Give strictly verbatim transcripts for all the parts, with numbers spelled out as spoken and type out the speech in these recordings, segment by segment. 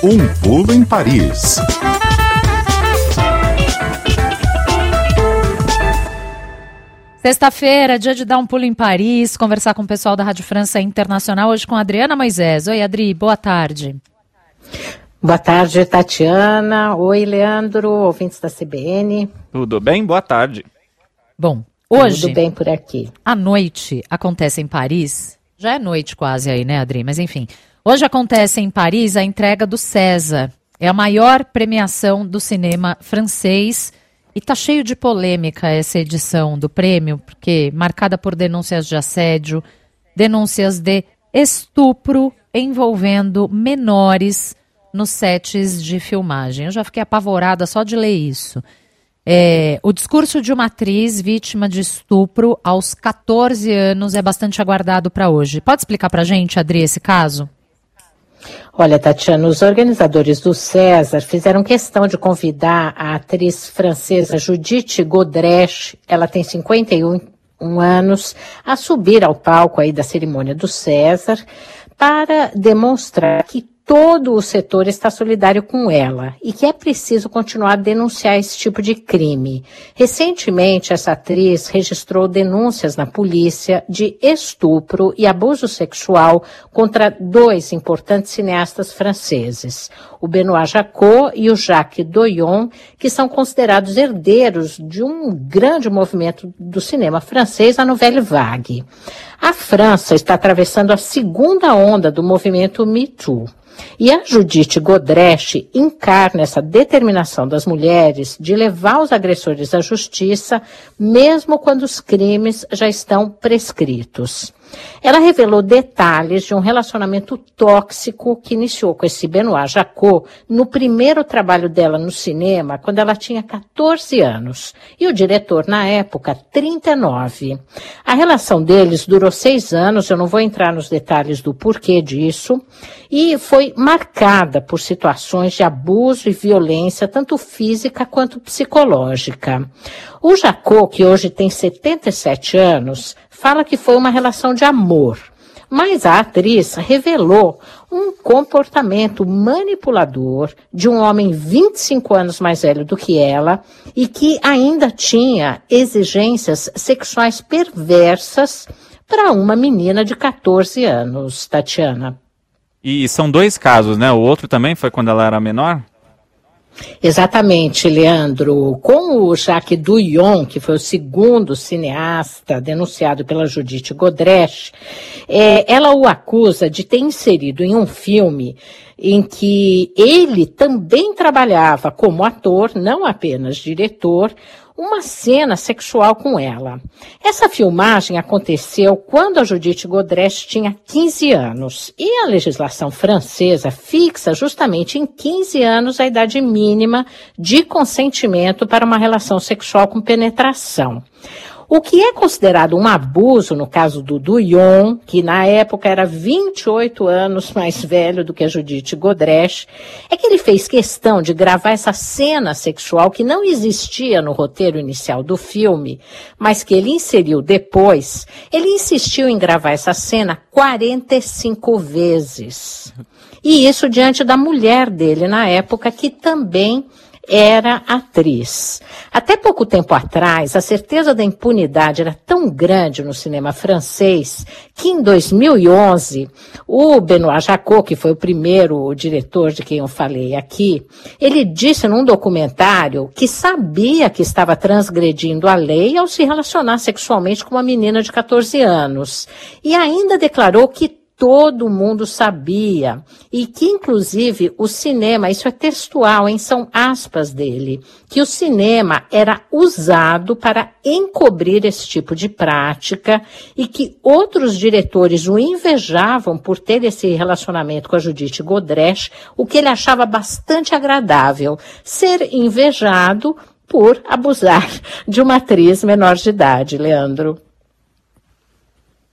Um pulo em Paris. Sexta-feira, dia de dar um pulo em Paris, conversar com o pessoal da Rádio França Internacional, hoje com a Adriana Moisés. Oi, Adri, boa tarde. Boa tarde, Tatiana. Oi, Leandro, ouvintes da C B N. Tudo bem? Boa tarde. Bom, hoje, Tudo bem por aqui. à noite, acontece em Paris, já é noite quase aí, né, Adri? Mas enfim, hoje acontece em Paris a entrega do César. É a maior premiação do cinema francês. E tá cheio de polêmica essa edição do prêmio, porque marcada por denúncias de assédio, denúncias de estupro envolvendo menores nos sets de filmagem. Eu já fiquei apavorada só de ler isso. É, o discurso de uma atriz vítima de estupro aos catorze anos é bastante aguardado para hoje. Pode explicar para a gente, Adri, esse caso? Olha, Tatiana, os organizadores do César fizeram questão de convidar a atriz francesa Judith Godrèche, ela tem cinquenta e um anos, a subir ao palco aí da cerimônia do César para demonstrar que todo o setor está solidário com ela e que é preciso continuar a denunciar esse tipo de crime. Recentemente, essa atriz registrou denúncias na polícia de estupro e abuso sexual contra dois importantes cineastas franceses, o Benoît Jacot e o Jacques Doyon, que são considerados herdeiros de um grande movimento do cinema francês, a Nouvelle Vague. A França está atravessando a segunda onda do movimento Me Too. E a Judith Godrèche encarna essa determinação das mulheres de levar os agressores à justiça, mesmo quando os crimes já estão prescritos. Ela revelou detalhes de um relacionamento tóxico que iniciou com esse Benoît Jacot no primeiro trabalho dela no cinema, quando ela tinha catorze anos, e o diretor, na época, trinta e nove. A relação deles durou seis anos, eu não vou entrar nos detalhes do porquê disso, e foi marcada por situações de abuso e violência, tanto física quanto psicológica. O Jacot, que hoje tem setenta e sete anos, fala que foi uma relação de amor, mas a atriz revelou um comportamento manipulador de um homem vinte e cinco anos mais velho do que ela e que ainda tinha exigências sexuais perversas para uma menina de catorze anos, Tatiana. E são dois casos, né? O outro também foi quando ela era menor? Exatamente, Leandro. Com o Jacques Doyon, que foi o segundo cineasta denunciado pela Judith Godrèche, é, ela o acusa de ter inserido em um filme em que ele também trabalhava como ator, não apenas diretor, uma cena sexual com ela. Essa filmagem aconteceu quando a Judith Godrèche tinha quinze anos e a legislação francesa fixa justamente em quinze anos a idade mínima de consentimento para uma relação sexual com penetração. O que é considerado um abuso no caso do Doyon, que na época era vinte e oito anos mais velho do que a Judith Godrèche, é que ele fez questão de gravar essa cena sexual que não existia no roteiro inicial do filme, mas que ele inseriu depois. Ele insistiu em gravar essa cena quarenta e cinco vezes. E isso diante da mulher dele na época, que também era atriz. Até pouco tempo atrás, a certeza da impunidade era tão grande no cinema francês que em dois mil e onze, o Benoît Jacot, que foi o primeiro diretor de quem eu falei aqui, ele disse num documentário que sabia que estava transgredindo a lei ao se relacionar sexualmente com uma menina de catorze anos. E ainda declarou que todo mundo sabia, e que inclusive o cinema, isso é textual, hein, são aspas dele, que o cinema era usado para encobrir esse tipo de prática e que outros diretores o invejavam por ter esse relacionamento com a Judith Godrèche, o que ele achava bastante agradável, ser invejado por abusar de uma atriz menor de idade, Leandro.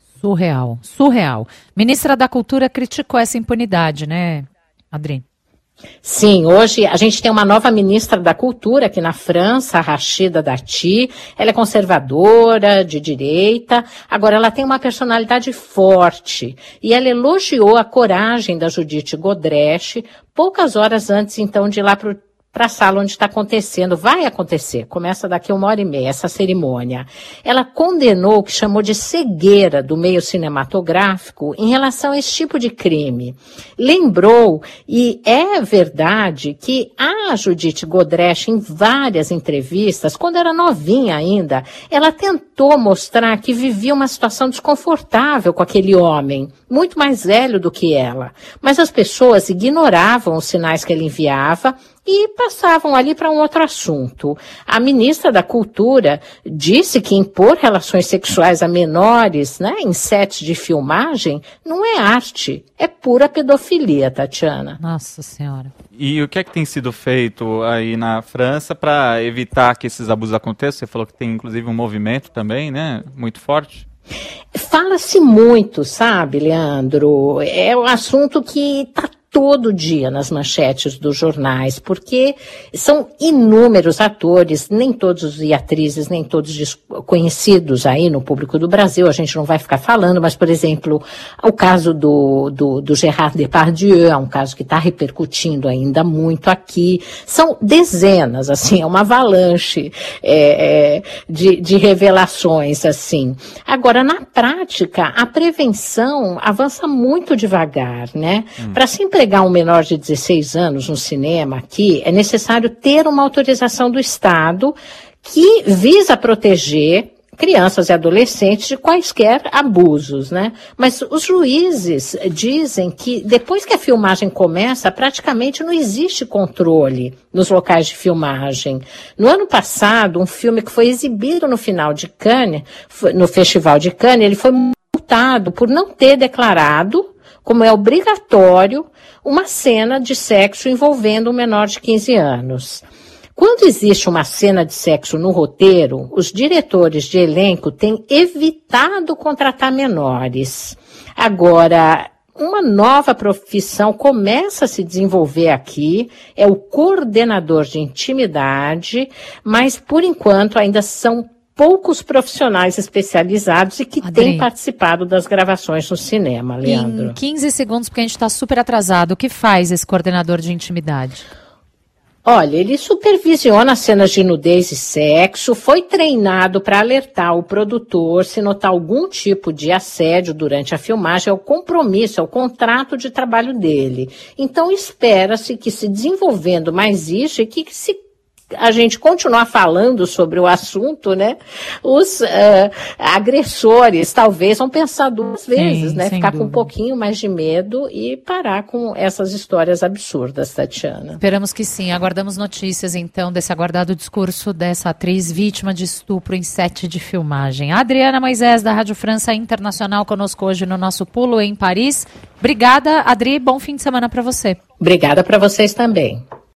Surreal, surreal. Ministra da Cultura criticou essa impunidade, né, Adri? Sim, hoje a gente tem uma nova ministra da Cultura aqui na França, a Rachida Dati. Ela é conservadora, de direita, agora ela tem uma personalidade forte e ela elogiou a coragem da Judith Godrèche poucas horas antes então de ir lá para o para a sala onde está acontecendo, vai acontecer, começa daqui uma hora e meia, essa cerimônia. Ela condenou o que chamou de cegueira do meio cinematográfico em relação a esse tipo de crime. Lembrou, e é verdade, que a Judith Godrèche, em várias entrevistas, quando era novinha ainda, ela tentou mostrar que vivia uma situação desconfortável com aquele homem, muito mais velho do que ela. Mas as pessoas ignoravam os sinais que ele enviava e passavam ali para um outro assunto. A ministra da Cultura disse que impor relações sexuais a menores, né, em sets de filmagem, não é arte, é pura pedofilia, Tatiana. Nossa Senhora. E o que é que tem sido feito aí na França para evitar que esses abusos aconteçam? Você falou que tem inclusive um movimento também, né, muito forte. Fala-se muito, sabe, Leandro? É um assunto que está todo dia nas manchetes dos jornais, porque são inúmeros atores, nem todos e atrizes, nem todos conhecidos aí no público do Brasil, a gente não vai ficar falando, mas, por exemplo, o caso do, do, do Gérard Depardieu, é um caso que está repercutindo ainda muito aqui, são dezenas, assim, é uma avalanche é, é, de, de revelações, assim. Agora, na prática, a prevenção avança muito devagar, né? Hum. Para se empregar um menor de dezesseis anos no cinema aqui, é necessário ter uma autorização do Estado que visa proteger crianças e adolescentes de quaisquer abusos, né? Mas os juízes dizem que depois que a filmagem começa, praticamente não existe controle nos locais de filmagem. No ano passado, um filme que foi exibido no final de Cannes, no Festival de Cannes, ele foi multado por não ter declarado, como é obrigatório, uma cena de sexo envolvendo um menor de quinze anos. Quando existe uma cena de sexo no roteiro, os diretores de elenco têm evitado contratar menores. Agora, uma nova profissão começa a se desenvolver aqui, é o coordenador de intimidade, mas, por enquanto, ainda são poucos profissionais especializados e que Adri, têm participado das gravações no cinema, Leandro. Em quinze segundos, porque a gente está super atrasado, o que faz esse coordenador de intimidade? Olha, ele supervisiona as cenas de nudez e sexo, foi treinado para alertar o produtor se notar algum tipo de assédio durante a filmagem, é o compromisso, é o contrato de trabalho dele. Então, espera-se que, se desenvolvendo mais isso e que se a gente continuar falando sobre o assunto, né, os uh, agressores talvez vão pensar duas vezes, Sim, né, ficar dúvida. com um pouquinho mais de medo e parar com essas histórias absurdas, Tatiana. Esperamos que sim. Aguardamos notícias, então, desse aguardado discurso dessa atriz vítima de estupro em set de filmagem. A Adriana Moisés, da Rádio França Internacional, conosco hoje no nosso Pulo em Paris. Obrigada, Adri. Bom fim de semana para você. Obrigada para vocês também.